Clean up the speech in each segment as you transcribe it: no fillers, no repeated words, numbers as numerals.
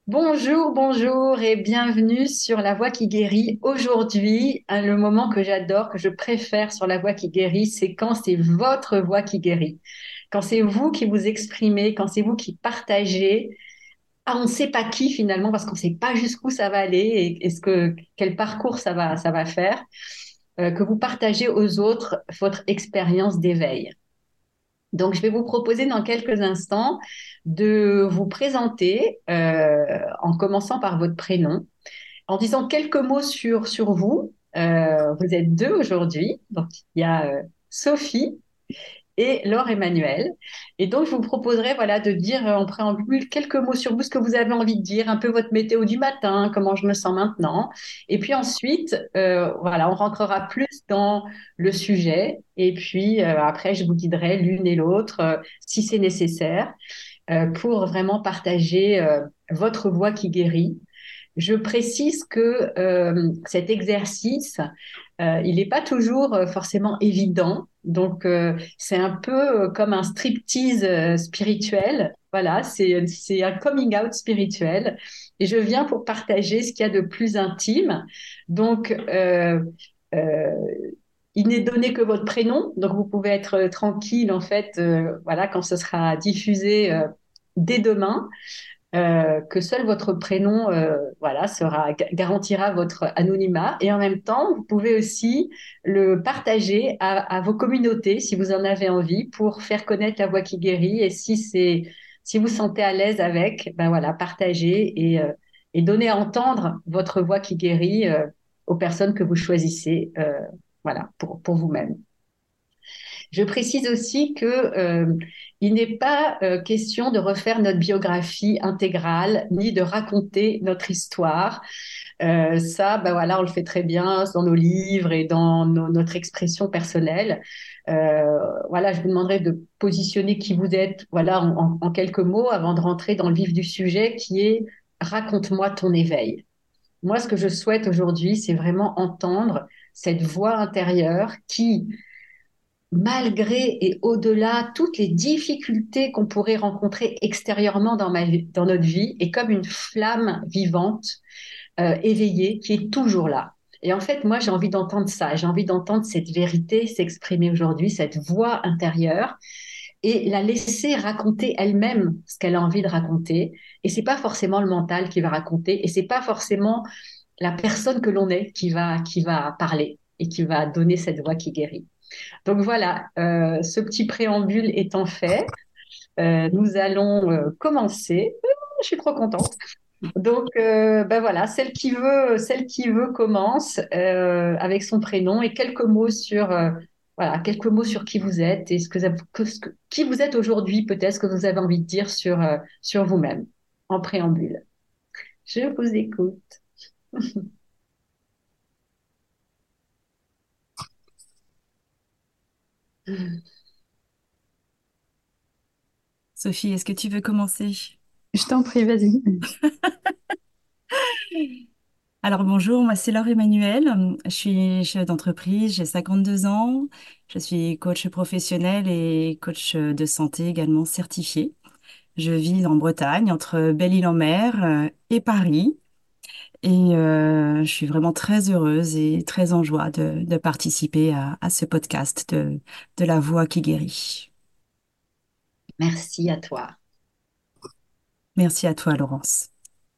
Bonjour, bonjour et bienvenue sur La Voix qui guérit. Aujourd'hui, le moment que j'adore, que je préfère sur La Voix qui guérit, c'est quand c'est votre voix qui guérit. Quand c'est vous qui vous exprimez, quand c'est vous qui partagez. Ah, on ne sait pas qui finalement parce qu'on ne sait pas jusqu'où ça va aller quel parcours ça va faire. Que vous partagez aux autres votre expérience d'éveil. Donc, je vais vous proposer dans quelques instants de vous présenter en commençant par votre prénom, en disant quelques mots sur vous. Vous êtes deux aujourd'hui. Donc, il y a Sophie et Laure Emmanuel. Et donc, je vous proposerai voilà, de dire en préambule quelques mots sur vous, ce que vous avez envie de dire, un peu votre météo du matin, comment je me sens maintenant. Et puis ensuite, voilà, on rentrera plus dans le sujet. Et puis après, je vous guiderai l'une et l'autre, si c'est nécessaire, pour vraiment partager votre voix qui guérit. Je précise que cet exercice, il n'est pas toujours forcément évident. Donc, c'est un peu comme un striptease spirituel. Voilà, c'est un coming out spirituel. Et je viens pour partager ce qu'il y a de plus intime. Donc, euh, il n'est donné que votre prénom. Donc, vous pouvez être tranquille, en fait, voilà, quand ce sera diffusé dès demain que seul votre prénom voilà, garantira votre anonymat. Et en même temps, vous pouvez aussi le partager à vos communautés si vous en avez envie pour faire connaître la voix qui guérit. Et si vous sentez à l'aise avec, ben voilà, partagez et donnez à entendre votre voix qui guérit aux personnes que vous choisissez voilà, pour vous-même. Je précise aussi que il n'est pas question de refaire notre biographie intégrale ni de raconter notre histoire. Ça, ben voilà, on le fait très bien dans nos livres et dans notre expression personnelle. Voilà, je vous demanderai de positionner qui vous êtes, voilà, en quelques mots, avant de rentrer dans le vif du sujet, qui est raconte-moi ton éveil. Moi, ce que je souhaite aujourd'hui, c'est vraiment entendre cette voix intérieure qui malgré et au-delà toutes les difficultés qu'on pourrait rencontrer extérieurement dans notre vie, est comme une flamme vivante, éveillée, qui est toujours là. Et en fait, moi, j'ai envie d'entendre ça. J'ai envie d'entendre cette vérité s'exprimer aujourd'hui, cette voix intérieure, et la laisser raconter elle-même ce qu'elle a envie de raconter. Et c'est pas forcément le mental qui va raconter, et c'est pas forcément la personne que l'on est qui va parler et qui va donner cette voix qui guérit. Donc voilà, ce petit préambule étant fait, nous allons commencer. Je suis trop contente. Donc ben voilà, celle qui veut commence avec son prénom et quelques mots sur voilà, quelques mots sur qui vous êtes et qui vous êtes aujourd'hui, peut-être ce que vous avez envie de dire sur vous-même en préambule. Je vous écoute. Sophie, est-ce que tu veux commencer? Je t'en prie, vas-y. Alors bonjour, moi c'est Laure Emmanuel, je suis chef d'entreprise, j'ai 52 ans, je suis coach professionnel et coach de santé également certifié. Je vis en Bretagne, entre Belle-Île-en-Mer et Paris, et je suis vraiment très heureuse et très en joie de participer à ce podcast de La Voix qui guérit. Merci à toi. Merci à toi, Laurence.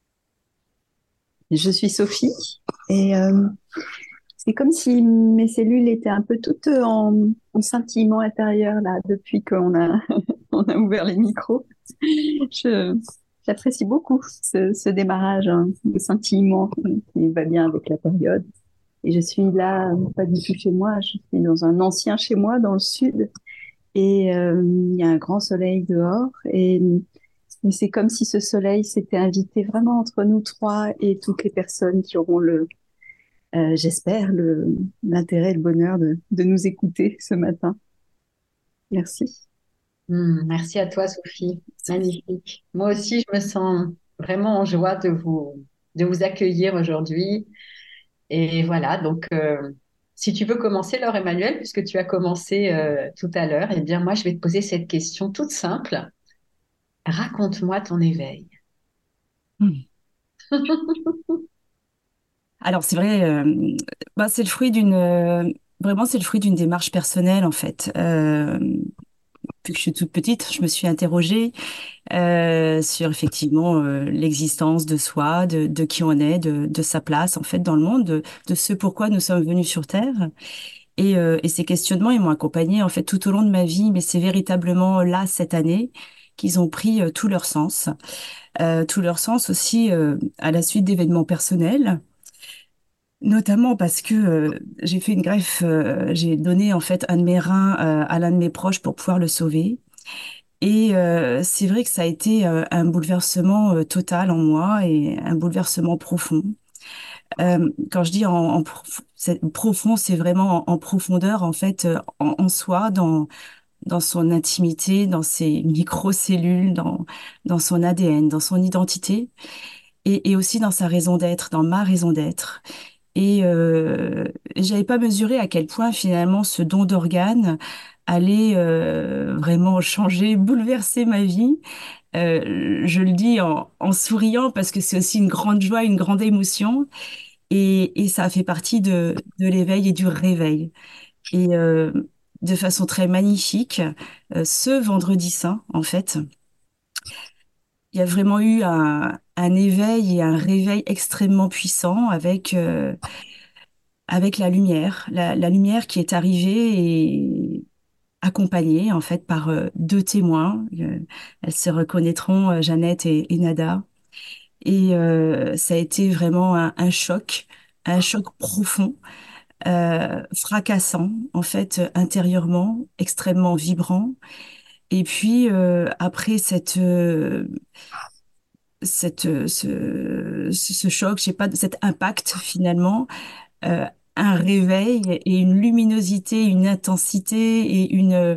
Je suis Sophie et c'est comme si mes cellules étaient un peu toutes en scintillement intérieur là depuis qu'on a on a ouvert les micros. Je J'apprécie beaucoup ce démarrage de scintillement qui va bien avec la période. Et je suis là, pas du tout chez moi, je suis dans un ancien chez moi dans le sud et il y a un grand soleil dehors et c'est comme si ce soleil s'était invité vraiment entre nous trois et toutes les personnes qui auront j'espère, l'intérêt et le bonheur de nous écouter ce matin. Merci. Merci à toi, Sophie. Magnifique. Moi aussi, je me sens vraiment en joie de vous accueillir aujourd'hui. Et voilà, donc, si tu veux commencer, Laure Emmanuel, puisque tu as commencé tout à l'heure, eh bien, moi, je vais te poser cette question toute simple. Raconte-moi ton éveil. Alors c'est vrai, bah, c'est le fruit vraiment c'est le fruit d'une démarche personnelle en fait. Depuis que je suis toute petite, je me suis interrogée sur effectivement l'existence de soi, de qui on est, de sa place en fait dans le monde, de ce pourquoi nous sommes venus sur Terre. Et ces questionnements, ils m'ont accompagnée en fait tout au long de ma vie, mais c'est véritablement là cette année qu'ils ont pris tout leur sens aussi à la suite d'événements personnels. Notamment parce que j'ai fait une greffe, j'ai donné en fait un de mes reins à l'un de mes proches pour pouvoir le sauver. Et c'est vrai que ça a été un bouleversement total en moi et un bouleversement profond. Quand je dis profond, c'est vraiment en profondeur en fait, en soi, dans son intimité, dans ses microcellules, dans son ADN, dans son identité et aussi dans sa raison d'être, dans ma raison d'être. Et j'avais pas mesuré à quel point finalement ce don d'organes allait vraiment changer, bouleverser ma vie. Je le dis en souriant parce que c'est aussi une grande joie, une grande émotion. Et ça a fait partie de l'éveil et du réveil. Et de façon très magnifique, ce vendredi saint, en fait, il y a vraiment eu un éveil et un réveil extrêmement puissant avec la lumière, la lumière qui est arrivée et accompagnée en fait par deux témoins. Elles se reconnaîtront, Jeannette et Nada. Et ça a été vraiment un choc profond, fracassant en fait intérieurement, extrêmement vibrant. Et puis après ce choc, je sais pas, cet impact finalement euh, un réveil et une luminosité, une intensité et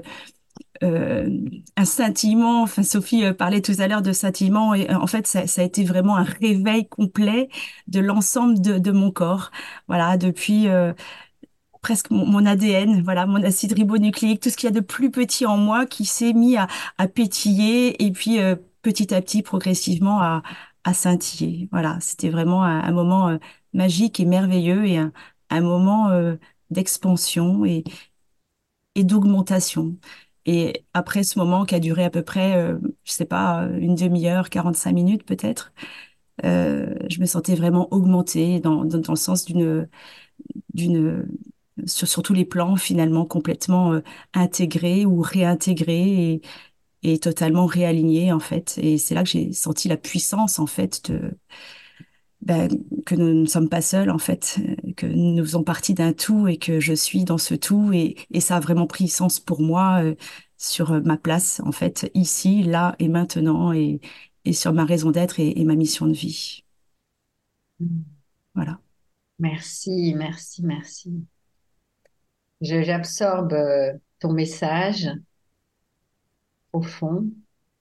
un scintillement. Enfin, Sophie parlait tout à l'heure de scintillement et en fait, ça a été vraiment un réveil complet de l'ensemble de mon corps. Voilà, depuis presque mon ADN, voilà, mon acide ribonucléique, tout ce qu'il y a de plus petit en moi qui s'est mis à pétiller et puis petit à petit, progressivement, à scintiller. Voilà, c'était vraiment un moment magique et merveilleux et un moment d'expansion et d'augmentation. Et après ce moment qui a duré à peu près, je sais pas, une demi-heure, 45 minutes peut-être, je me sentais vraiment augmentée dans le sens d'une sur tous les plans finalement complètement intégré ou réintégré et totalement réaligné en fait. Et c'est là que j'ai senti la puissance en fait ben, que nous ne sommes pas seuls en fait, que nous faisons partie d'un tout et que je suis dans ce tout et ça a vraiment pris sens pour moi sur ma place en fait ici, là et maintenant et sur ma raison d'être et ma mission de vie. Voilà. Merci, merci, merci. J'absorbe ton message au fond.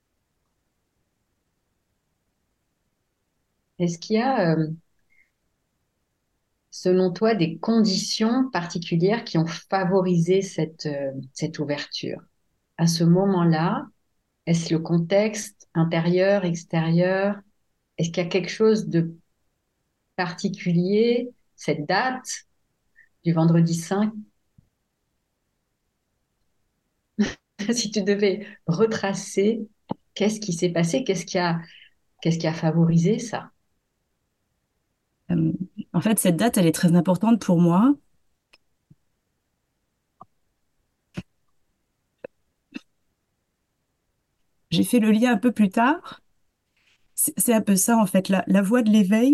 Est-ce qu'il y a, selon toi, des conditions particulières qui ont favorisé cette ouverture? À ce moment-là, est-ce le contexte intérieur, extérieur? Est-ce qu'il y a quelque chose de particulier, cette date du vendredi saint? Si tu devais retracer, qu'est-ce qui s'est passé? Qu'est-ce qui a favorisé ça? Euh, En fait, cette date, elle est très importante pour moi. J'ai fait le lien un peu plus tard. C'est un peu ça, en fait. La voie de l'éveil,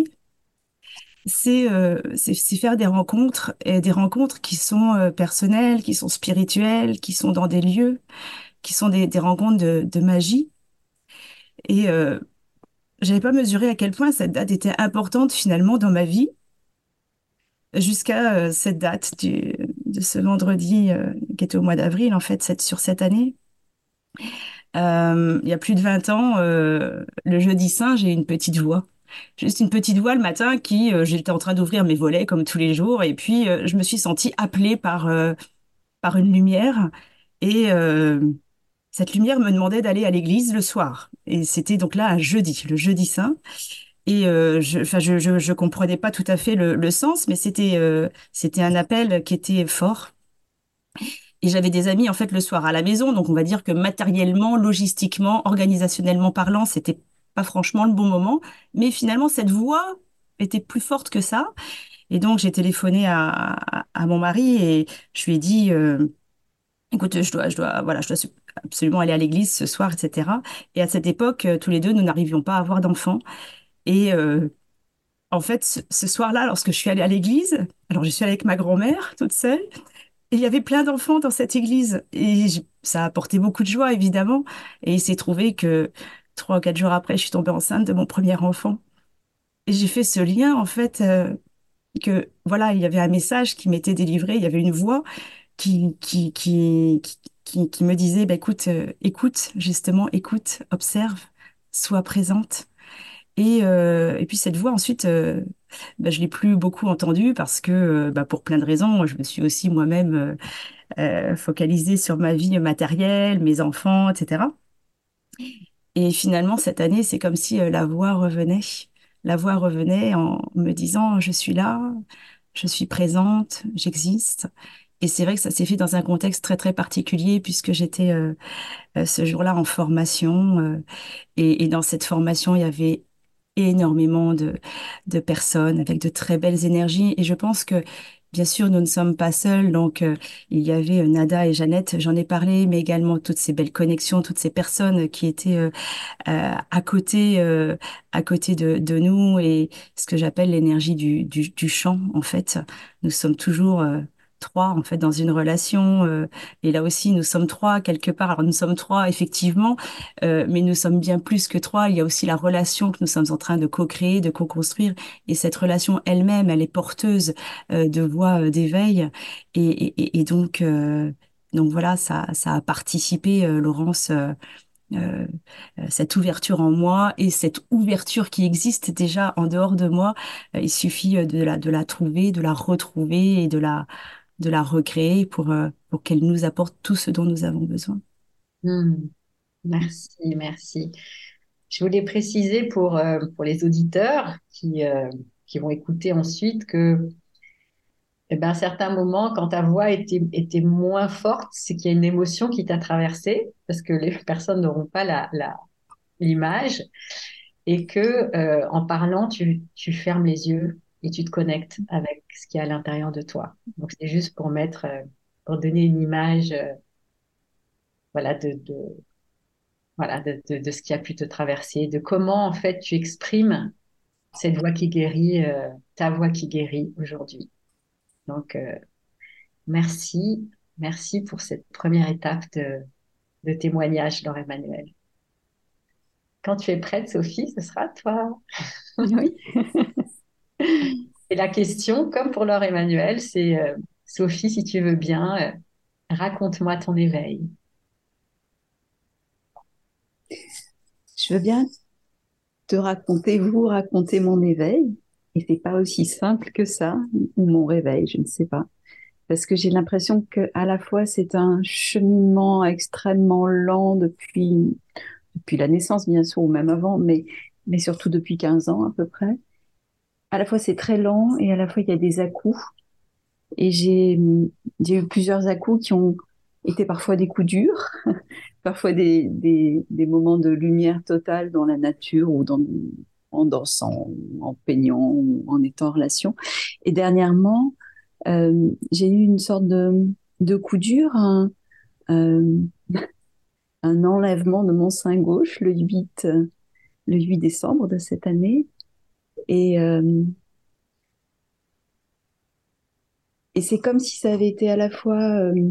c'est faire des rencontres, et des rencontres qui sont personnelles, qui sont spirituelles, qui sont dans des lieux, qui sont des rencontres de magie. Et j'avais pas mesuré à quel point cette date était importante finalement dans ma vie, jusqu'à cette date de ce vendredi qui était au mois d'avril, en fait, sur cette année. Il y a plus de 20 ans, le jeudi saint, j'ai une petite voix. Juste une petite voix le matin qui, j'étais en train d'ouvrir mes volets comme tous les jours, et puis je me suis sentie appelée par une lumière, et cette lumière me demandait d'aller à l'église le soir. Et c'était donc là un jeudi, le jeudi saint. Et je comprenais pas tout à fait le sens, mais c'était un appel qui était fort. Et j'avais des amis en fait le soir à la maison, donc on va dire que matériellement, logistiquement, organisationnellement parlant, c'était pas franchement le bon moment. Mais finalement, cette voix était plus forte que ça. Et donc j'ai téléphoné à mon mari et je lui ai dit, écoute, voilà, je dois absolument aller à l'église ce soir, etc. Et à cette époque, tous les deux, nous n'arrivions pas à avoir d'enfants. Et en fait, ce soir-là, lorsque je suis allée à l'église, alors je suis allée avec ma grand-mère toute seule. Et il y avait plein d'enfants dans cette église et ça a apporté beaucoup de joie, évidemment. Et il s'est trouvé que 3 ou 4 jours après, je suis tombée enceinte de mon premier enfant. Et j'ai fait ce lien, en fait, que voilà, il y avait un message qui m'était délivré, il y avait une voix qui me disait, bah, écoute, écoute, justement, écoute, observe, sois présente. Et puis cette voix, ensuite, bah, je l'ai plus beaucoup entendue parce que, bah, pour plein de raisons, je me suis aussi moi-même focalisée sur ma vie matérielle, mes enfants, etc. Et finalement, cette année, c'est comme si la voix revenait. La voix revenait en me disant, je suis là, je suis présente, j'existe. Et c'est vrai que ça s'est fait dans un contexte très, très particulier puisque j'étais ce jour-là en formation. Et dans cette formation, il y avait énormément de personnes avec de très belles énergies. Et je pense que, bien sûr, nous ne sommes pas seuls. Donc, il y avait Nada et Jeannette, j'en ai parlé, mais également toutes ces belles connexions, toutes ces personnes qui étaient à côté de nous et ce que j'appelle l'énergie du chant, en fait. Nous sommes toujours trois, en fait, dans une relation. Et là aussi, nous sommes trois, quelque part. Alors, nous sommes trois, effectivement, mais nous sommes bien plus que trois. Il y a aussi la relation que nous sommes en train de co-créer, de co-construire. Et cette relation elle-même, elle est porteuse de voix d'éveil. Et donc voilà, ça a participé, Laurence, euh, cette ouverture en moi et cette ouverture qui existe déjà en dehors de moi. Il suffit de la trouver, de la retrouver et de la recréer pour qu'elle nous apporte tout ce dont nous avons besoin. Hmm. Merci, merci. Je voulais préciser pour les auditeurs qui vont écouter ensuite que eh ben, à certains moments, quand ta voix était moins forte, c'est qu'il y a une émotion qui t'a traversée, parce que les personnes n'auront pas l'image, et que en parlant, tu fermes les yeux et tu te connectes avec ce qu'il y a à l'intérieur de toi. Donc c'est juste pour donner une image, voilà, de ce qui a pu te traverser, de comment en fait tu exprimes cette voix qui guérit, ta voix qui guérit aujourd'hui. Donc merci, merci pour cette première étape de témoignage, Laure Emmanuel. Quand tu es prête, Sophie, ce sera à toi. Oui. Et la question, comme pour Laure Emmanuel, c'est Sophie, si tu veux bien, raconte-moi ton éveil. Je veux bien vous raconter mon éveil. Et c'est pas aussi simple que ça, ou mon réveil, je ne sais pas. Parce que j'ai l'impression que à la fois c'est un cheminement extrêmement lent depuis la naissance, bien sûr, ou même avant, mais surtout depuis 15 ans à peu près. À la fois c'est très lent et à la fois il y a des à-coups. Et j'ai eu plusieurs à-coups qui ont été parfois des coups durs, parfois des moments de lumière totale dans la nature ou en dansant, en peignant, ou en étant en relation. Et dernièrement, j'ai eu une sorte de coup dur, euh, un enlèvement de mon sein gauche le 8 décembre de cette année. Et, euh, et c'est comme si ça avait été à la fois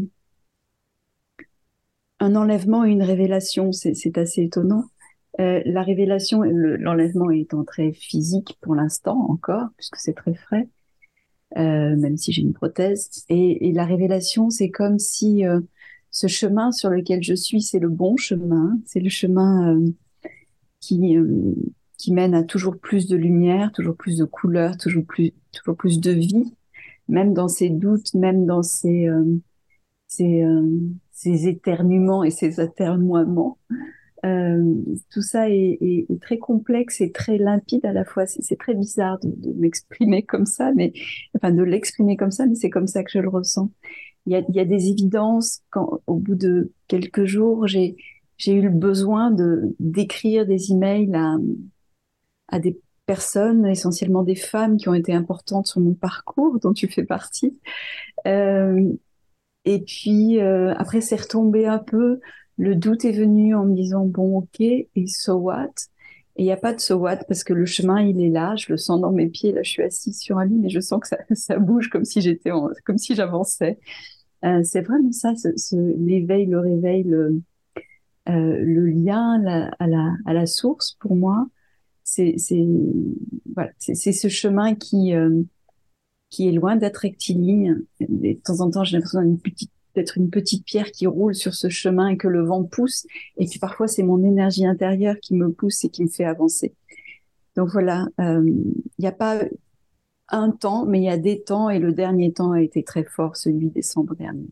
un enlèvement et une révélation. C'est assez étonnant. La révélation, l'enlèvement étant très physique pour l'instant encore, puisque c'est très frais, même si j'ai une prothèse. Et la révélation, c'est comme si ce chemin sur lequel je suis, c'est le bon chemin, c'est le chemin qui, euh, qui mène à toujours plus de lumière, toujours plus de couleurs, toujours plus de vie, même dans ses doutes, même dans ses éternuements et ses atermoiements. Euh, Tout ça est très complexe et très limpide à la fois. C'est très bizarre de m'exprimer comme ça, mais enfin de l'exprimer comme ça, mais c'est comme ça que je le ressens. Il y a des évidences quand, au bout de quelques jours, j'ai eu le besoin de d'écrire des emails à des personnes, essentiellement des femmes qui ont été importantes sur mon parcours, dont tu fais partie. Euh, et puis après, c'est retombé un peu. Le doute est venu en me disant, bon, ok, et so what? Et il n'y a pas de so what parce que le chemin, il est là. Je le sens dans mes pieds. Là, je suis assise sur un lit, mais je sens que ça bouge comme si comme si j'avançais. C'est vraiment ça, l'éveil, le réveil, le lien à la source pour moi. C'est voilà, c'est ce chemin qui est loin d'être rectiligne. Et de temps en temps, j'ai l'impression d'être une petite pierre qui roule sur ce chemin et que le vent pousse. Et puis parfois, c'est mon énergie intérieure qui me pousse et qui me fait avancer. Donc voilà, il n'y a pas un temps, mais il y a des temps et le dernier temps a été très fort, celui décembre dernier.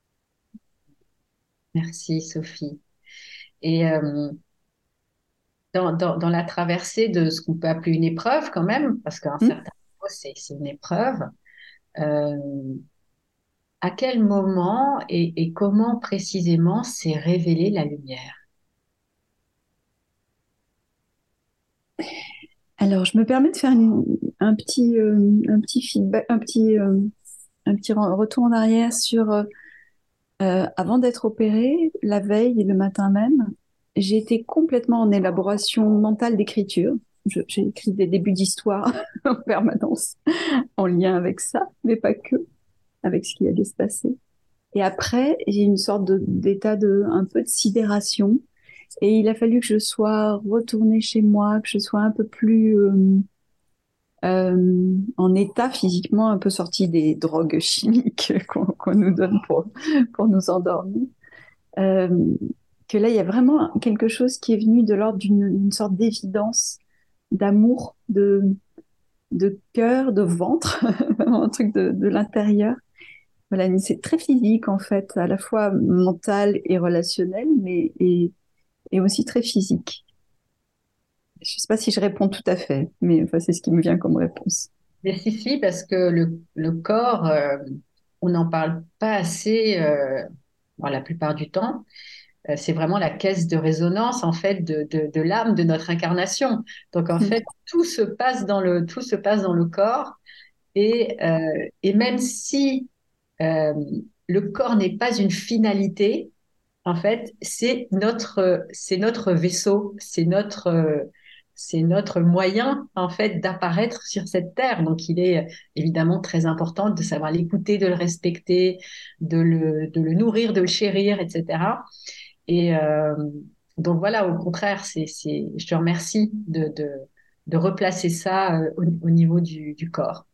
Merci, Sophie. Et dans la traversée de ce qu'on peut appeler une épreuve quand même, parce qu'un Hmm. certain niveau, c'est une épreuve, euh, à quel moment et comment précisément s'est révélée la lumière? Alors, je me permets de faire un petit feedback, un petit retour en arrière sur avant d'être opérée, la veille et le matin même, j'ai été complètement en élaboration mentale d'écriture. J'ai écrit des débuts d'histoire en permanence, en lien avec ça, mais pas que, avec ce qui allait se passer. Et après, j'ai une sorte d'état un peu de sidération. Et il a fallu que je sois retournée chez moi, que je sois un peu plus en état physiquement, un peu sorti des drogues chimiques qu'on nous donne pour nous endormir. Euh, que là, il y a vraiment quelque chose qui est venu de l'ordre d'une sorte d'évidence, d'amour, de cœur, de ventre, un truc de l'intérieur. Voilà, c'est très physique en fait, à la fois mental et relationnel, et aussi très physique. Je ne sais pas si je réponds tout à fait, mais enfin, c'est ce qui me vient comme réponse. Mais si, parce que le corps, on n'en parle pas assez, bon, la plupart du temps. C'est vraiment la caisse de résonance en fait de l'âme de notre incarnation. Donc en fait, tout se passe dans le corps et même si euh, le corps n'est pas une finalité, en fait, c'est notre vaisseau, c'est notre moyen, en fait, d'apparaître sur cette terre. Donc, il est évidemment très important de savoir l'écouter, de le respecter, de le nourrir, de le chérir, etc. Et donc, voilà, au contraire, je te remercie de replacer ça au niveau du corps.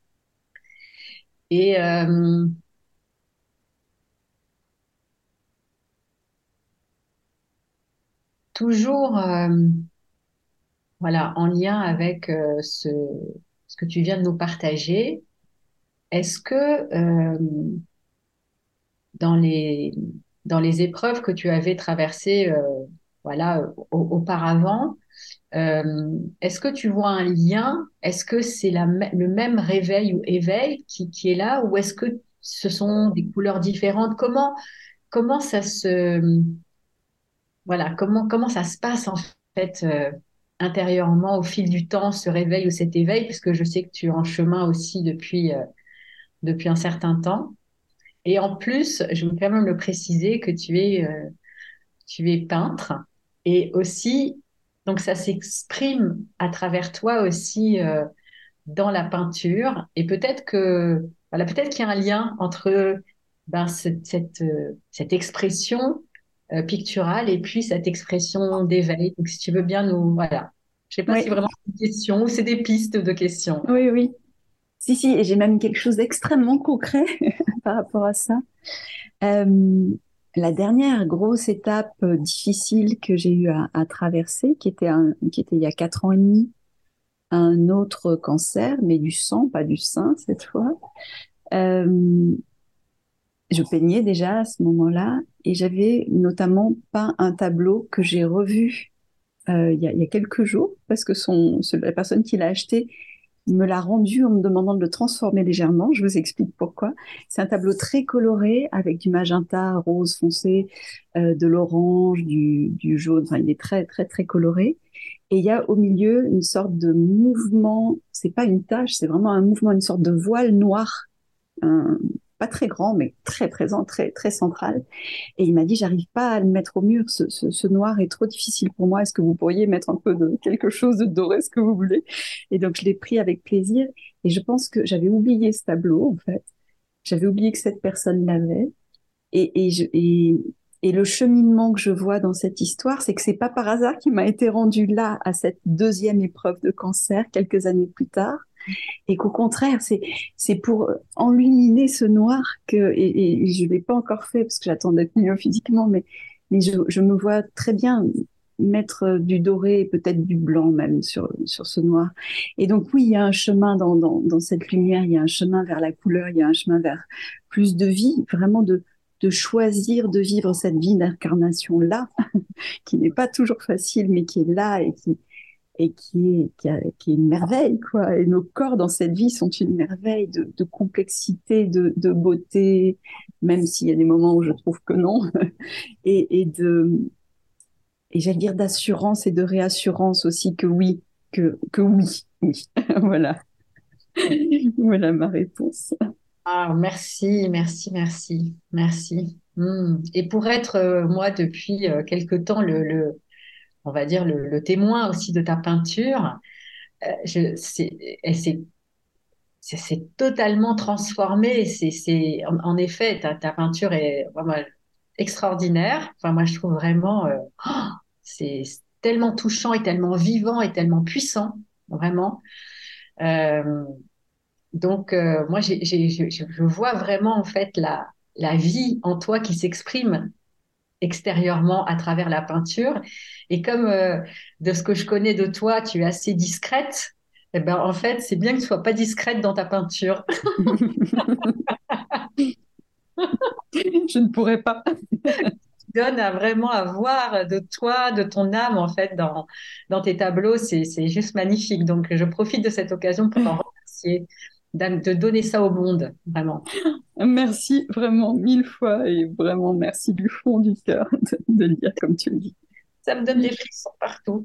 Et toujours, voilà, en lien avec ce que tu viens de nous partager, est-ce que dans les, dans les épreuves que tu avais traversées voilà, auparavant, est-ce que tu vois un lien? Est-ce que c'est le même réveil ou éveil qui est là ou est-ce que ce sont des couleurs différentes? Comment ça se, voilà, comment ça se passe en fait intérieurement au fil du temps, ce réveil ou cet éveil, puisque je sais que tu es en chemin aussi depuis un certain temps. Et en plus, je me permets de le préciser que tu es peintre et aussi, donc ça s'exprime à travers toi aussi dans la peinture. Et voilà, peut-être qu'il y a un lien entre ben, cette expression picturale et puis cette expression d'éveil. Donc, si tu veux bien voilà. Je sais pas si Oui, vraiment c'est une question ou c'est des pistes de questions. oui, oui. Si, si, et j'ai même quelque chose d'extrêmement concret par rapport à ça. Euh, la dernière grosse étape difficile que j'ai eu à traverser, qui était il y a 4 ans et demi, un autre cancer, mais du sang, pas du sein cette fois. Euh, je peignais déjà à ce moment-là et j'avais notamment peint un tableau que j'ai revu il y a quelques jours parce que la personne qui l'a acheté me l'a rendu en me demandant de le transformer légèrement. Je vous explique pourquoi. C'est un tableau très coloré avec du magenta, rose foncé, de l'orange, du jaune. Enfin, il est très, très, très coloré. Et il y a au milieu une sorte de mouvement. C'est pas une tache, c'est vraiment un mouvement, une sorte de voile noir. Un- Pas très grand, mais très présent, très, très central. Et il m'a dit, j'arrive pas à le mettre au mur. Ce noir est trop difficile pour moi. Est-ce que vous pourriez mettre un peu de quelque chose de doré, ce que vous voulez? Et donc, je l'ai pris avec plaisir. Et je pense que j'avais oublié ce tableau, en fait. J'avais oublié que cette personne l'avait. Et le cheminement que je vois dans cette histoire, c'est que c'est pas par hasard qu'il m'a été rendu là, à cette deuxième épreuve de cancer, quelques années plus tard. Et qu'au contraire, c'est pour enluminer ce noir et je l'ai pas encore fait parce que j'attends d'être mieux physiquement, mais je me vois très bien mettre du doré et peut-être du blanc même sur ce noir. Et donc oui, il y a un chemin dans cette lumière, il y a un chemin vers la couleur, il y a un chemin vers plus de vie, vraiment de choisir de vivre cette vie d'incarnation-là, qui n'est pas toujours facile, mais qui est là et qui est une merveille, quoi. Et nos corps dans cette vie sont une merveille de complexité, de beauté, même s'il y a des moments où je trouve que non, et j'allais dire d'assurance et de réassurance aussi que oui, que oui, oui. Voilà. Voilà ma réponse. Ah, merci, merci, merci, merci. Et pour être, moi, depuis quelque temps, on va dire, le témoin aussi de ta peinture, elle s'est totalement transformée. En effet, ta peinture est vraiment extraordinaire. Enfin, moi, je trouve vraiment, c'est tellement touchant et tellement vivant et tellement puissant, vraiment. Euh, donc, moi, je vois vraiment, en fait, la vie en toi qui s'exprime extérieurement à travers la peinture. Et comme de ce que je connais de toi, tu es assez discrète, eh ben, en fait, c'est bien que tu sois pas discrète dans ta peinture. Je ne pourrais pas. Donne à vraiment à voir de toi, de ton âme, en fait, dans tes tableaux. C'est juste magnifique. Donc, je profite de cette occasion pour t'en remercier, de donner ça au monde, vraiment. Merci vraiment mille fois et vraiment merci du fond du cœur de le dire comme tu le dis. Ça me donne des frissons partout.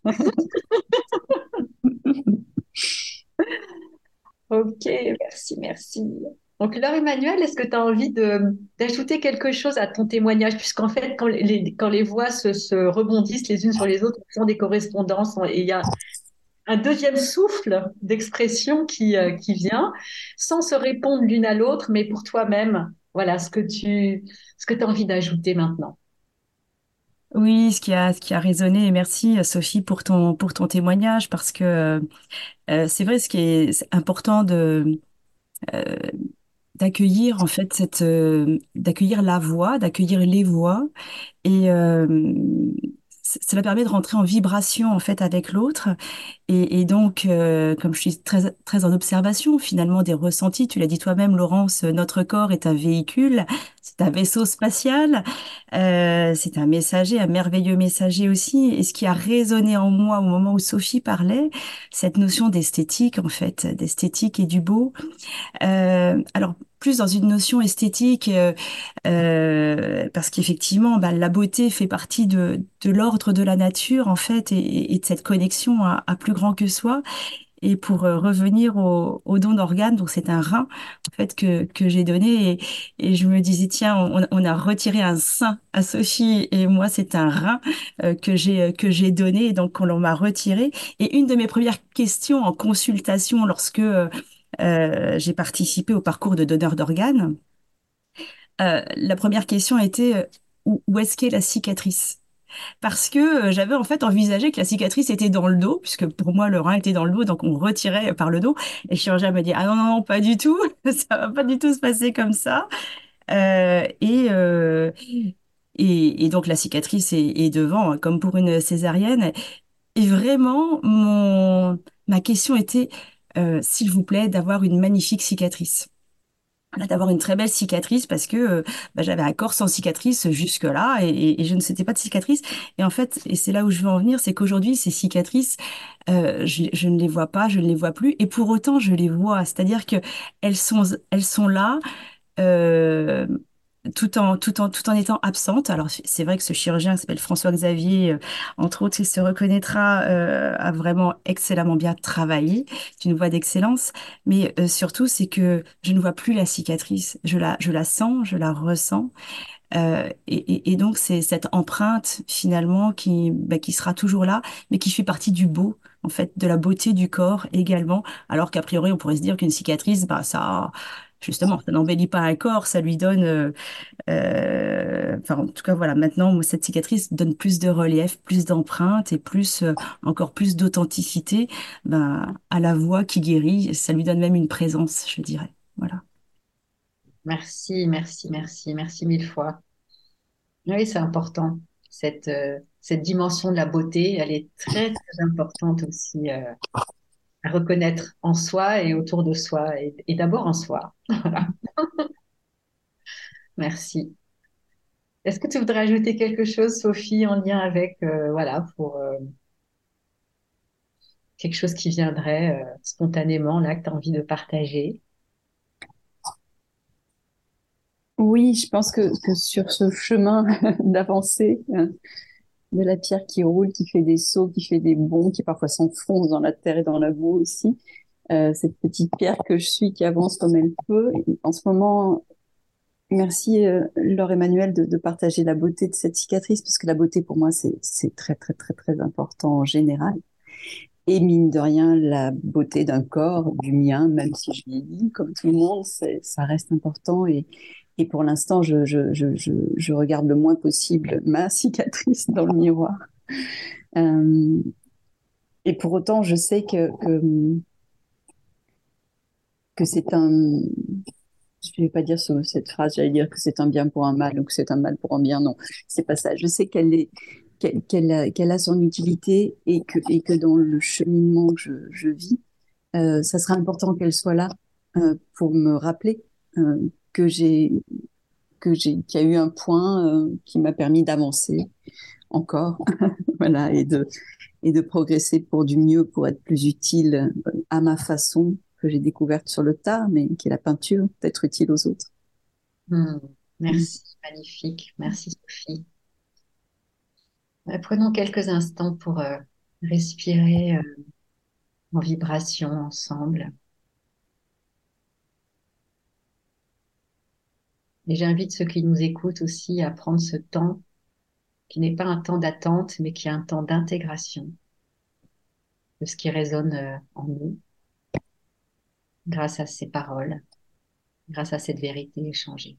Ok, merci, merci. Donc, Laure Emmanuel, est-ce que tu as envie d'ajouter quelque chose à ton témoignage? Puisqu'en fait, quand les voix se rebondissent les unes sur les autres, ils font des correspondances et il y a un deuxième souffle d'expression qui vient sans se répondre l'une à l'autre, mais pour toi-même. Voilà ce que tu as envie d'ajouter maintenant. Oui, ce qui a résonné, et merci Sophie pour ton témoignage, parce que c'est vrai, ce qui est c'est important euh, d'accueillir en fait d'accueillir la voix, d'accueillir les voix, et cela permet de rentrer en vibration en fait avec l'autre. Et donc, comme je suis très, très en observation finalement des ressentis, tu l'as dit toi-même, Laurence, notre corps est un véhicule, c'est un vaisseau spatial, c'est un messager, un merveilleux messager aussi. Et ce qui a résonné en moi au moment où Sophie parlait, cette notion d'esthétique en fait, d'esthétique et du beau. Alors plus dans une notion esthétique, parce qu'effectivement, bah, la beauté fait partie de l'ordre de la nature en fait, et de cette connexion à plus grand que soi. Et pour revenir au don d'organes, donc c'est un rein en fait que j'ai donné, et je me disais tiens, on a retiré un sein à Sophie et moi c'est un rein que j'ai donné, et donc on m'a retiré. Et une de mes premières questions en consultation lorsque j'ai participé au parcours de donneur d'organes, la première question était où est-ce qu'est la cicatrice? Parce que j'avais en fait envisagé que la cicatrice était dans le dos, puisque pour moi le rein était dans le dos, donc on retirait par le dos. Et le chirurgien me dit ah non non non pas du tout, ça va pas du tout se passer comme ça. Euh, et, euh, et donc la cicatrice est devant, hein, comme pour une césarienne. Et vraiment ma question était s'il vous plaît d'avoir une magnifique cicatrice. voilà, d'avoir une très belle cicatrice parce que j'avais un corps sans cicatrice jusque-là et je ne sentais pas de cicatrice. Et en fait, et c'est là où je veux en venir, c'est qu'aujourd'hui, ces cicatrices, je ne les vois pas, je ne les vois plus, et pour autant, je les vois. C'est-à-dire que elles sont là. euh, tout en étant absente. Alors, c'est vrai que ce chirurgien qui s'appelle François-Xavier, entre autres, il se reconnaîtra, a vraiment excellemment bien travaillé. C'est une voie d'excellence. Mais surtout, c'est que je ne vois plus la cicatrice. Je la sens, je la ressens. Et donc, c'est cette empreinte, finalement, qui sera toujours là, mais qui fait partie du beau, en fait, de la beauté du corps également. Alors qu'a priori, on pourrait se dire qu'une cicatrice, justement, ça n'embellit pas un corps, ça lui donne, enfin, en tout cas, voilà, maintenant, moi, cette cicatrice donne plus de relief, plus d'empreinte et encore plus d'authenticité, à la voix qui guérit. Ça lui donne même une présence, je dirais. Voilà. Merci, merci, merci, merci mille fois. Oui, c'est important. Cette dimension de la beauté, elle est très, très importante aussi à reconnaître en soi et autour de soi, et d'abord en soi. Voilà. Merci. Est-ce que tu voudrais ajouter quelque chose, Sophie, en lien avec, voilà, pour quelque chose qui viendrait spontanément, là, que tu as envie de partager? Oui, je pense que sur ce chemin d'avancée, de la pierre qui roule, qui fait des sauts, qui fait des bonds, qui parfois s'enfonce dans la terre et dans la boue aussi, cette petite pierre que je suis qui avance comme elle peut. Et en ce moment, merci Laure Emmanuel de partager la beauté de cette cicatrice, parce que la beauté pour moi c'est très très très très important en général. Et mine de rien, la beauté d'un corps, du mien, même si je vieillis comme tout le monde, ça reste important. Et pour l'instant, je regarde le moins possible ma cicatrice dans le miroir. Euh, et pour autant, je sais que c'est un, je ne vais pas dire cette phrase, j'allais dire que c'est un bien pour un mal ou que c'est un mal pour un bien. Non, c'est pas ça. Je sais qu'elle a son utilité et que dans le cheminement que je vis, ça sera important qu'elle soit là pour me rappeler euh, que qu'il y a eu un point qui m'a permis d'avancer encore, voilà, et de progresser pour du mieux, pour être plus utile à ma façon que j'ai découverte sur le tard, mais qui est la peinture, d'être utile aux autres. Hmm. Mm. Merci, magnifique. Merci, Sophie. Prenons quelques instants pour respirer en vibration ensemble. Et j'invite ceux qui nous écoutent aussi à prendre ce temps, qui n'est pas un temps d'attente, mais qui est un temps d'intégration de ce qui résonne en nous, grâce à ces paroles, grâce à cette vérité échangée.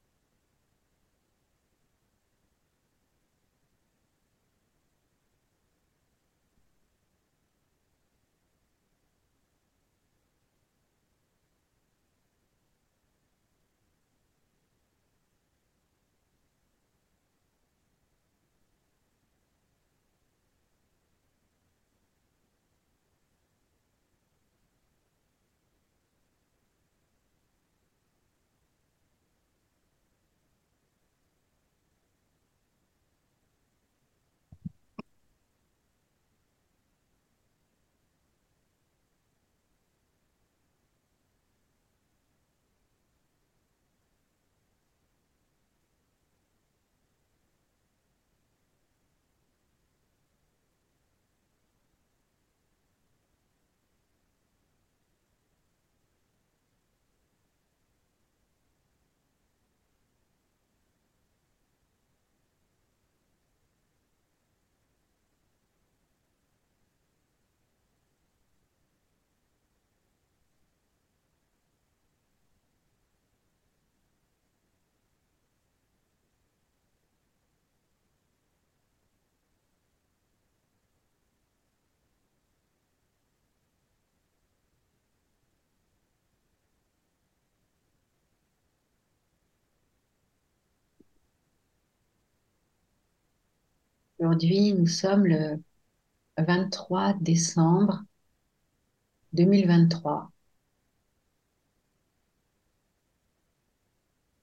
Aujourd'hui, nous sommes le 23 décembre 2023.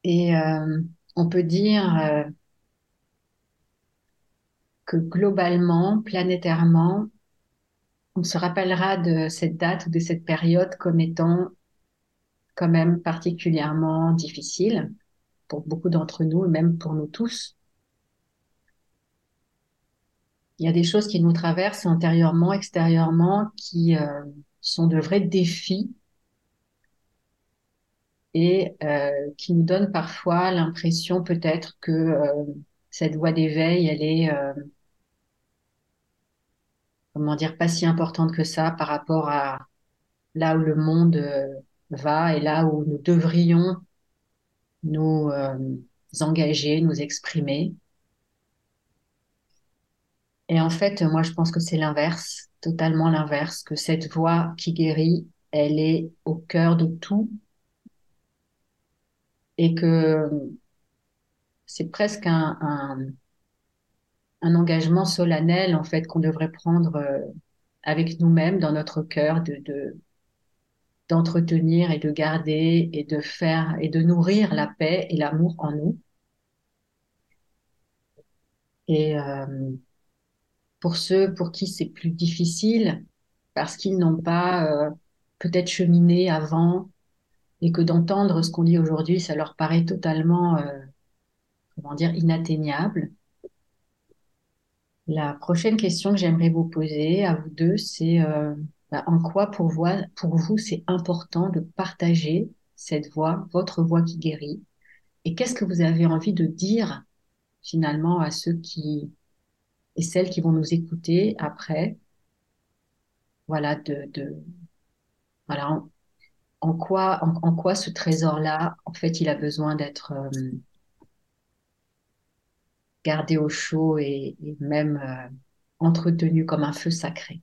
Et on peut dire que globalement, planétairement, on se rappellera de cette date ou de cette période comme étant quand même particulièrement difficile pour beaucoup d'entre nous, et même pour nous tous. Il y a des choses qui nous traversent intérieurement, extérieurement, qui sont de vrais défis et qui nous donnent parfois l'impression peut-être que cette voie d'éveil, elle est, comment dire, pas si importante que ça par rapport à là où le monde va et là où nous devrions nous engager, nous exprimer. Et en fait, moi, je pense que c'est l'inverse, totalement l'inverse, que cette voie qui guérit, elle est au cœur de tout et que c'est presque un engagement solennel, en fait, qu'on devrait prendre avec nous-mêmes dans notre cœur, d'entretenir et de garder et de faire et de nourrir la paix et l'amour en nous. Et pour ceux pour qui c'est plus difficile, parce qu'ils n'ont pas peut-être cheminé avant et que d'entendre ce qu'on dit aujourd'hui, ça leur paraît totalement, comment dire, inatteignable. La prochaine question que j'aimerais vous poser à vous deux, c'est en quoi pour vous c'est important de partager cette voix, votre voix qui guérit, et qu'est-ce que vous avez envie de dire finalement à ceux qui et celles qui vont nous écouter après, voilà, voilà, en quoi ce trésor-là, en fait, il a besoin d'être gardé au chaud et même entretenu comme un feu sacré.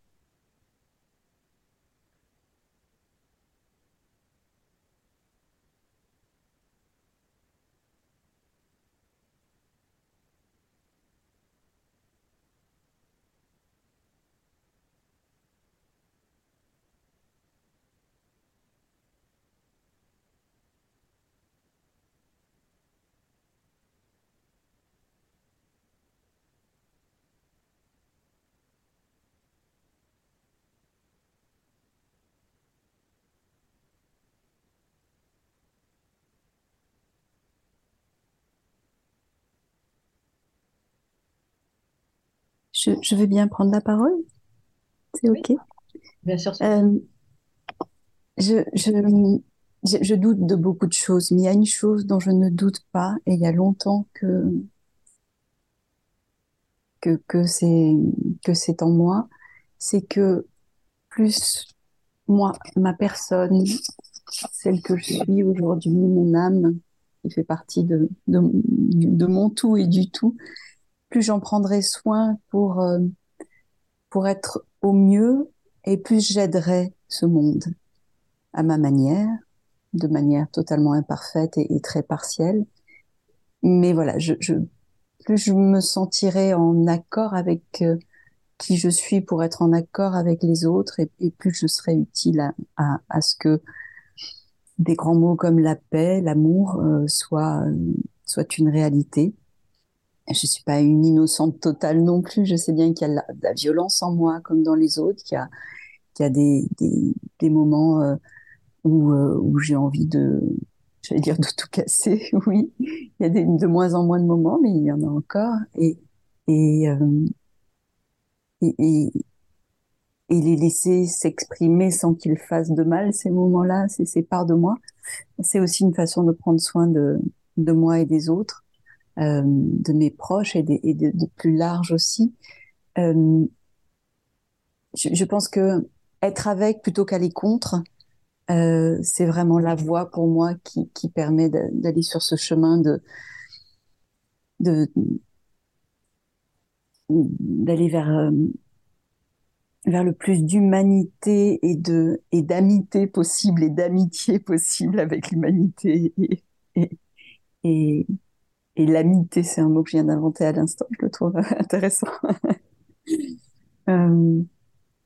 Je veux bien prendre la parole, c'est Oui, OK. bien sûr. Euh, je, je, je doute de beaucoup de choses, mais il y a une chose dont je ne doute pas, et il y a longtemps que que c'est en moi, c'est que plus moi, ma personne, celle que je suis aujourd'hui, mon âme, qui fait partie de mon tout et du tout, plus j'en prendrai soin pour être au mieux et plus j'aiderai ce monde à ma manière, de manière totalement imparfaite et très partielle. Mais voilà, plus je me sentirai en accord avec qui je suis pour être en accord avec les autres et plus je serai utile à ce que des grands mots comme la paix, l'amour soient une réalité. Je suis pas une innocente totale non plus. Je sais bien qu'il y a de la violence en moi comme dans les autres, qu'il y a des moments où j'ai envie j'allais dire de tout casser. Oui, il y a de moins en moins de moments, mais il y en a encore. Et, euh, et, et les laisser s'exprimer sans qu'ils fassent de mal, ces moments-là, ces parts de moi, c'est aussi une façon de prendre soin de moi et des autres, de mes proches et de plus large aussi. Euh, je pense que être avec plutôt qu'aller contre, c'est vraiment la voie pour moi qui permet d'aller sur ce chemin de, d'aller vers le plus d'humanité et d'amitié possible et d'amitié possible avec l'humanité et, et, et l'amitié, c'est un mot que je viens d'inventer à l'instant, je le trouve intéressant. Euh,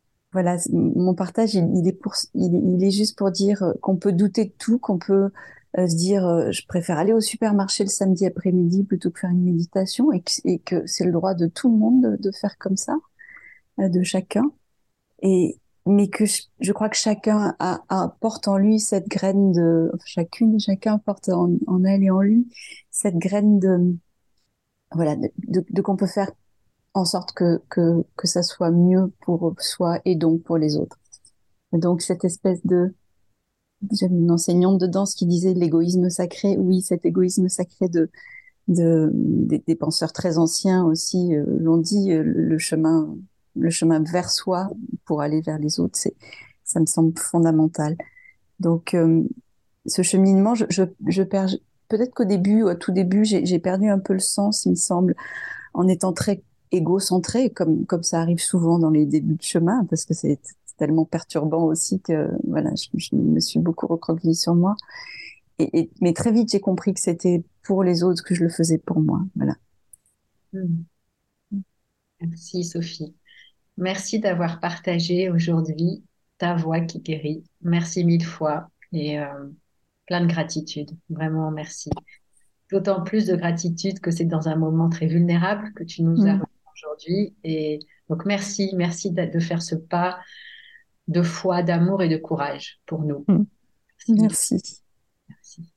mon partage, il est juste pour dire qu'on peut douter de tout, qu'on peut se dire je préfère aller au supermarché le samedi après-midi plutôt que faire une méditation et que c'est le droit de tout le monde de faire comme ça, de chacun. Et mais que je crois que chacun porte en lui cette graine de chacune et chacun porte en elle et en lui cette graine de voilà de qu'on peut faire en sorte que ça soit mieux pour soi et donc pour les autres. Et donc cette espèce de j'avais une enseignante de danse qui disait l'égoïsme sacré. Oui, cet égoïsme sacré des penseurs très anciens aussi l'ont dit, le chemin vers soi pour aller vers les autres, ça me semble fondamental. Donc, ce cheminement, je perds, peut-être qu'au début, au tout début, j'ai perdu un peu le sens, il me semble, en étant très égocentré, comme ça arrive souvent dans les débuts de chemin, parce que c'est tellement perturbant aussi que voilà, je me suis beaucoup recroquevillée sur moi. Mais très vite, j'ai compris que c'était pour les autres que je le faisais pour moi. Voilà. Hmm. Merci Sophie. Merci d'avoir partagé aujourd'hui ta voix qui guérit. Merci mille fois et plein de gratitude. Vraiment merci. D'autant plus de gratitude que c'est dans un moment très vulnérable que tu nous as Mm. rejoints aujourd'hui. Et donc merci de faire ce pas de foi, d'amour et de courage pour nous. Mm. Merci mille fois. Merci. Merci.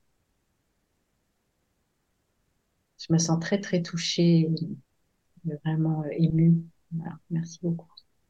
Je me sens très très touchée, vraiment émue. Voilà. Merci beaucoup.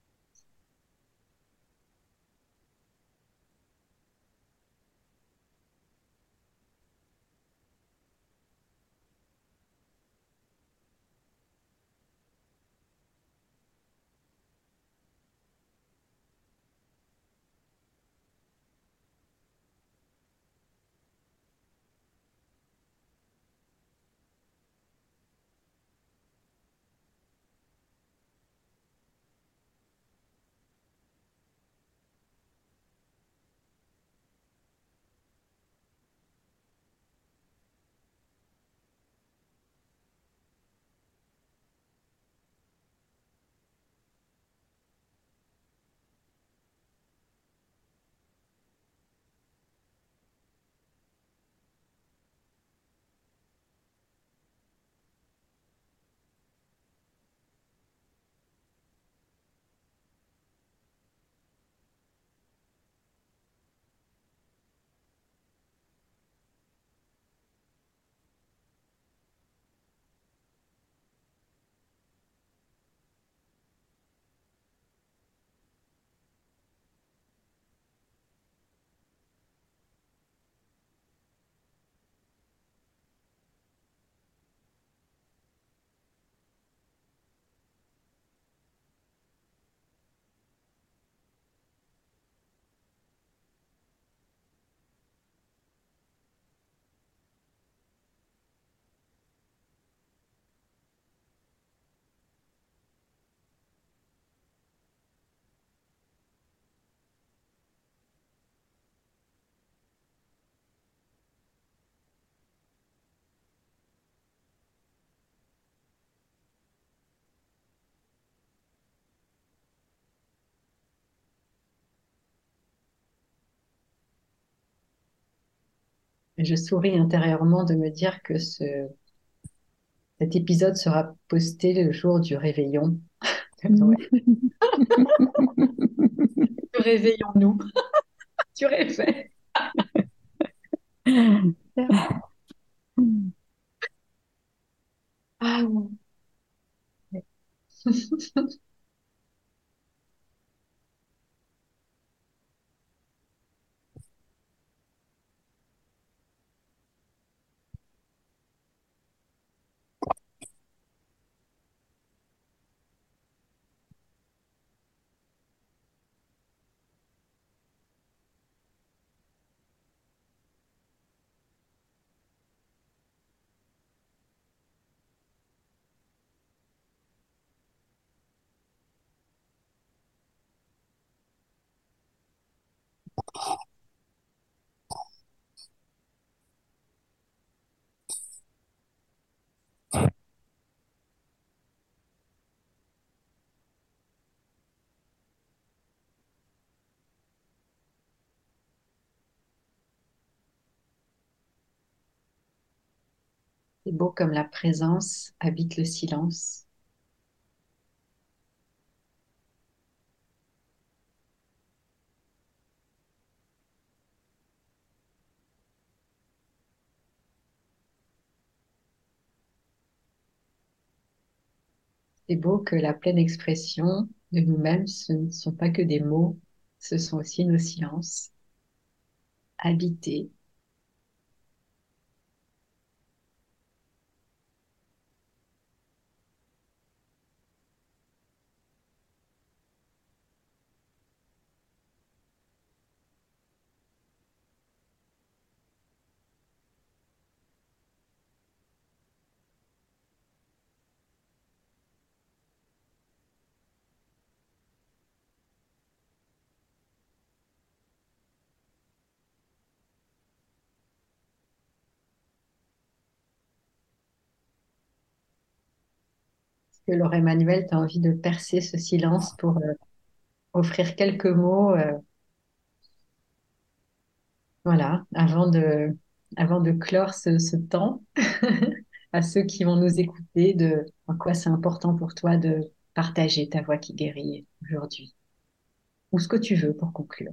Et je souris intérieurement de me dire que cet épisode sera posté le jour du réveillon de Mm. Noël. Réveillons-nous. Tu rêvais. Ah, ouais. C'est beau comme la présence habite le silence. C'est beau que la pleine expression de nous-mêmes, ce ne sont pas que des mots, ce sont aussi nos silences habités. Que Laure Emmanuel, tu as envie de percer ce silence pour offrir quelques mots, voilà, avant de clore ce temps à ceux qui vont nous écouter, de en quoi c'est important pour toi de partager ta voix qui guérit aujourd'hui, ou ce que tu veux pour conclure.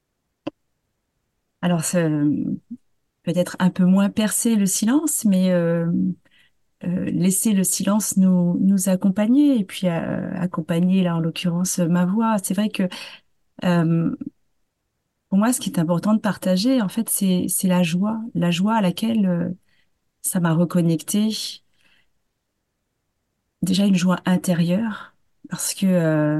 Alors, c'est peut-être un peu moins percer le silence, mais laisser le silence nous accompagner et puis accompagner, là, en l'occurrence, ma voix. C'est vrai que euh, pour moi, ce qui est important de partager, en fait, c'est la joie à laquelle ça m'a reconnecté. Déjà une joie intérieure, parce que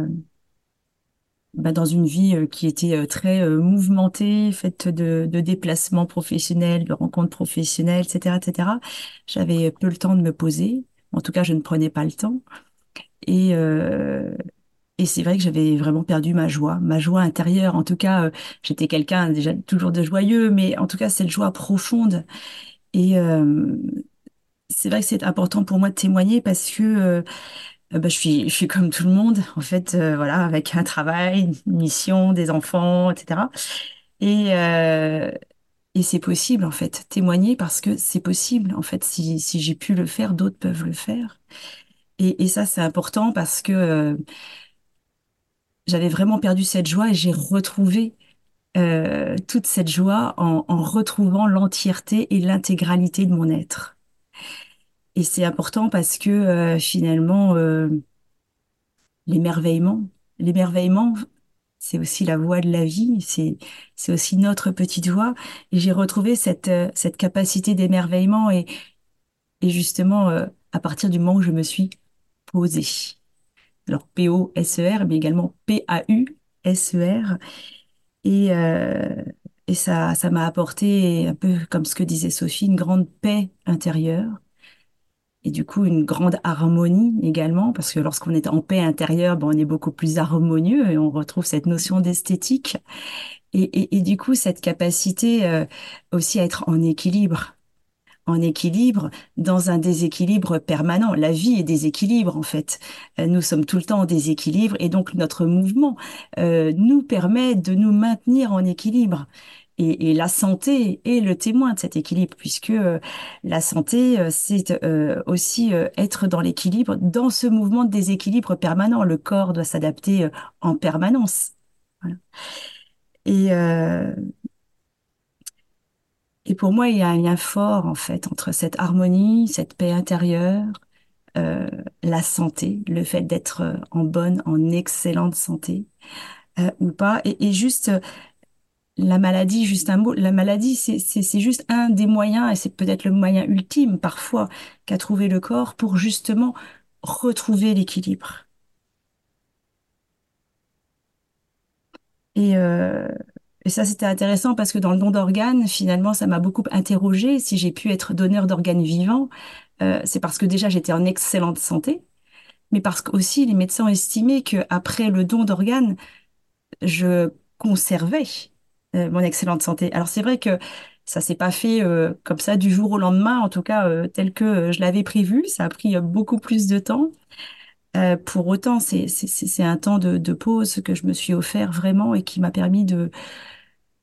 dans une vie qui était très mouvementée, faite de déplacements professionnels, de rencontres professionnelles, etc., etc., j'avais peu le temps de me poser. En tout cas, je ne prenais pas le temps. Et, euh, et c'est vrai que j'avais vraiment perdu ma joie intérieure. En tout cas, j'étais quelqu'un déjà toujours de joyeux, mais en tout cas, cette joie profonde. Et c'est vrai que c'est important pour moi de témoigner parce que je suis comme tout le monde, en fait, voilà, avec un travail, une mission, des enfants, etc. Et, euh, et c'est possible, en fait, témoigner parce que c'est possible. En fait, si j'ai pu le faire, d'autres peuvent le faire. Et ça, c'est important parce que j'avais vraiment perdu cette joie et j'ai retrouvé toute cette joie en retrouvant l'entièreté et l'intégralité de mon être. Et c'est important parce que finalement, l'émerveillement, l'émerveillement, c'est aussi la voix de la vie, c'est aussi notre petite voix. Et j'ai retrouvé cette capacité d'émerveillement et justement à partir du moment où je me suis posée. Alors P-O-S-E-R, mais également P-A-U-S-E-R. Et, euh, et ça m'a apporté, un peu comme ce que disait Sophie, une grande paix intérieure. Et du coup, une grande harmonie également, parce que lorsqu'on est en paix intérieure, on est beaucoup plus harmonieux et on retrouve cette notion d'esthétique. Et du coup, cette capacité aussi à être en équilibre dans un déséquilibre permanent. La vie est déséquilibre en fait. Nous sommes tout le temps en déséquilibre et donc notre mouvement nous permet de nous maintenir en équilibre. Et la santé est le témoin de cet équilibre, puisque la santé, c'est aussi être dans l'équilibre, dans ce mouvement de déséquilibre permanent. Le corps doit s'adapter en permanence. Voilà. Et, euh, et pour moi, il y a un lien fort, en fait, entre cette harmonie, cette paix intérieure, euh, la santé, le fait d'être en bonne, en excellente santé, ou pas. Et juste la maladie, juste un mot, la maladie, c'est juste un des moyens, et c'est peut-être le moyen ultime, parfois, qu'a trouvé le corps pour justement retrouver l'équilibre. Et, euh, et ça, c'était intéressant parce que dans le don d'organes, finalement, ça m'a beaucoup interrogée. Si j'ai pu être donneur d'organes vivants, c'est parce que déjà j'étais en excellente santé, mais parce qu'aussi les médecins ont estimé qu'après le don d'organes, je conservais mon excellente santé. Alors c'est vrai que ça s'est pas fait comme ça du jour au lendemain, en tout cas tel que je l'avais prévu. Ça a pris beaucoup plus de temps. Pour autant, c'est un temps de pause que je me suis offert vraiment et qui m'a permis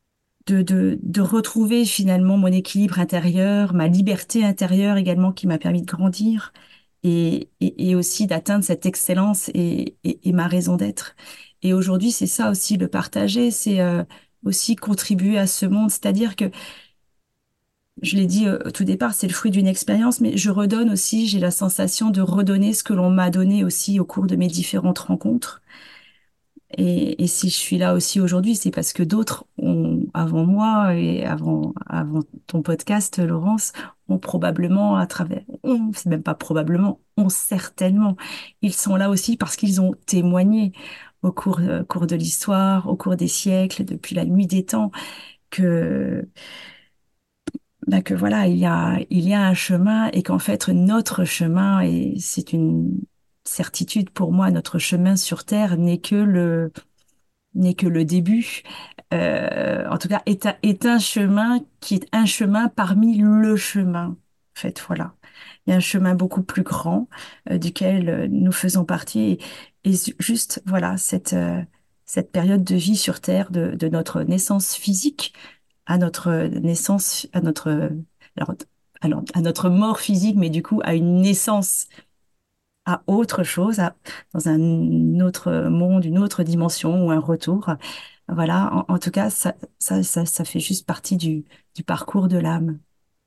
de retrouver finalement mon équilibre intérieur, ma liberté intérieure également qui m'a permis de grandir et aussi d'atteindre cette excellence et ma raison d'être. Et aujourd'hui, c'est ça aussi le partager, c'est aussi contribuer à ce monde, c'est-à-dire que je l'ai dit au tout départ, c'est le fruit d'une expérience, mais je redonne aussi, j'ai la sensation de redonner ce que l'on m'a donné aussi au cours de mes différentes rencontres. Et si je suis là aussi aujourd'hui, c'est parce que d'autres ont, avant moi et avant ton podcast, Laurence, ont probablement c'est même pas probablement, ont certainement. Ils sont là aussi parce qu'ils ont témoigné cours de l'histoire, au cours des siècles, depuis la nuit des temps, que, que voilà, il y a un chemin et qu'en fait, notre chemin, et c'est une certitude pour moi, notre chemin sur Terre n'est que le début. En tout cas, est un chemin qui est un chemin parmi le chemin. En fait, voilà. Il y a un chemin beaucoup plus grand duquel nous faisons partie. Juste, voilà, cette période de vie sur Terre, de notre naissance physique à notre naissance, alors, à notre mort physique, mais du coup à une naissance à autre chose, dans un autre monde, une autre dimension ou un retour. Voilà, en tout cas, ça fait juste partie du parcours de l'âme.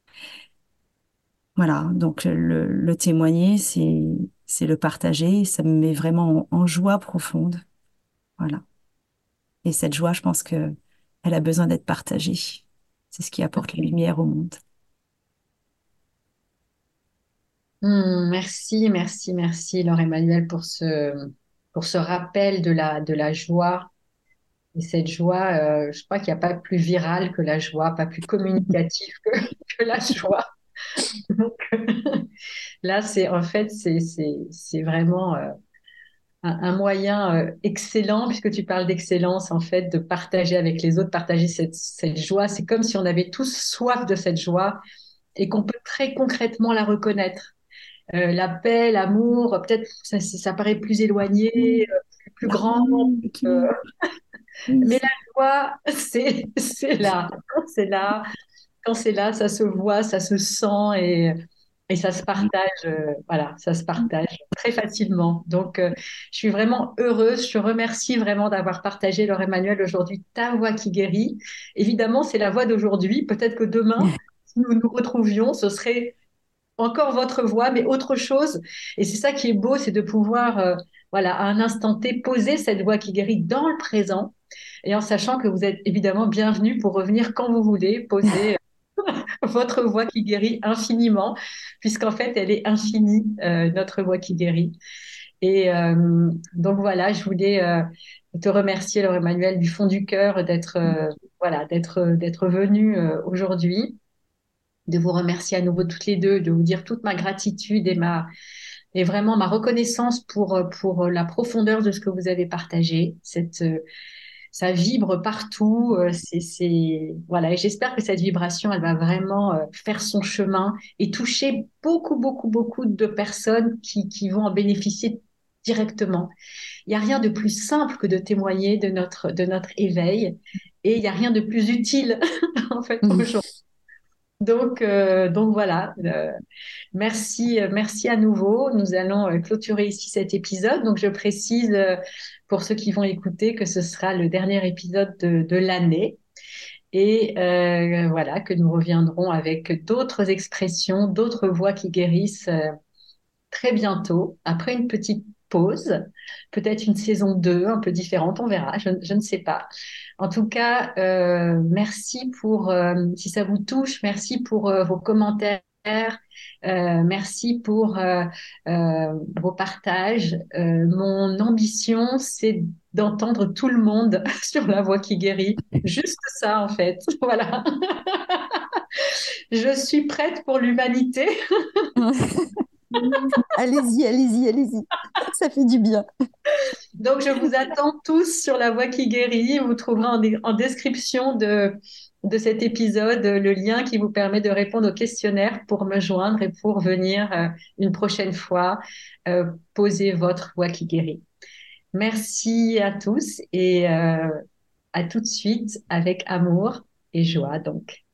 Voilà, donc le témoigner, c'est le partager, ça me met vraiment en joie profonde. Voilà. Et cette joie, je pense que elle a besoin d'être partagée. C'est ce qui apporte la lumière au monde. Merci, merci, merci, Laure Emmanuel, pour ce rappel de la joie. Et cette joie, je crois qu'il n'y a pas plus viral que la joie, pas plus communicatif que la joie. Donc, là, c'est en fait, c'est vraiment un moyen excellent, puisque tu parles d'excellence, en fait, de partager avec les autres, partager cette joie. C'est comme si on avait tous soif de cette joie et qu'on peut très concrètement la reconnaître. La paix, l'amour, peut-être ça paraît plus éloigné, plus grand, L'harmonie, euh, l'équilibre, oui, mais la joie, c'est là. Quand c'est là, quand c'est là, ça se voit, ça se sent et ça se partage. Voilà, ça se partage très facilement. Donc, je suis vraiment heureuse. Je te remercie vraiment d'avoir partagé, Laure Emmanuel, aujourd'hui ta voix qui guérit. Évidemment, c'est la voix d'aujourd'hui. Peut-être que demain, si nous nous retrouvions, ce serait encore votre voix, mais autre chose. Et c'est ça qui est beau, c'est de pouvoir, voilà, à un instant T, poser cette voix qui guérit dans le présent, et en sachant que vous êtes évidemment bienvenue pour revenir quand vous voulez, poser votre voix qui guérit infiniment, puisqu'en fait, elle est infinie, notre voix qui guérit. Et donc voilà, je voulais te remercier, Laure Emmanuel, du fond du cœur d'être voilà, d'être venue aujourd'hui, de vous remercier à nouveau toutes les deux, de vous dire toute ma gratitude et vraiment ma reconnaissance pour la profondeur de ce que vous avez partagé. Ça vibre partout. Voilà. Et j'espère que cette vibration, elle va vraiment faire son chemin et toucher beaucoup, beaucoup, beaucoup de personnes qui vont en bénéficier directement. Il n'y a rien de plus simple que de témoigner de notre éveil et il n'y a rien de plus utile, en fait, aujourd'hui. Donc voilà, merci, merci à nouveau. Nous allons clôturer ici cet épisode. Donc je précise pour ceux qui vont écouter que ce sera le dernier épisode de l'année et voilà que nous reviendrons avec d'autres expressions, d'autres voix qui guérissent très bientôt, après une petite pause, peut-être une saison 2 un peu différente, on verra, je ne sais pas. En tout cas, merci pour, si ça vous touche, merci pour vos commentaires. Merci pour vos partages. Mon ambition, c'est d'entendre tout le monde sur la voix qui guérit. Juste ça, en fait. Voilà. Je suis prête pour l'humanité. Allez-y, allez-y, allez-y. Ça fait du bien. Donc, je vous attends tous sur la voie qui guérit. Vous trouverez en description de cet épisode le lien qui vous permet de répondre au questionnaire pour me joindre et pour venir une prochaine fois poser votre voix qui guérit. Merci à tous et à tout de suite avec amour. et joie donc.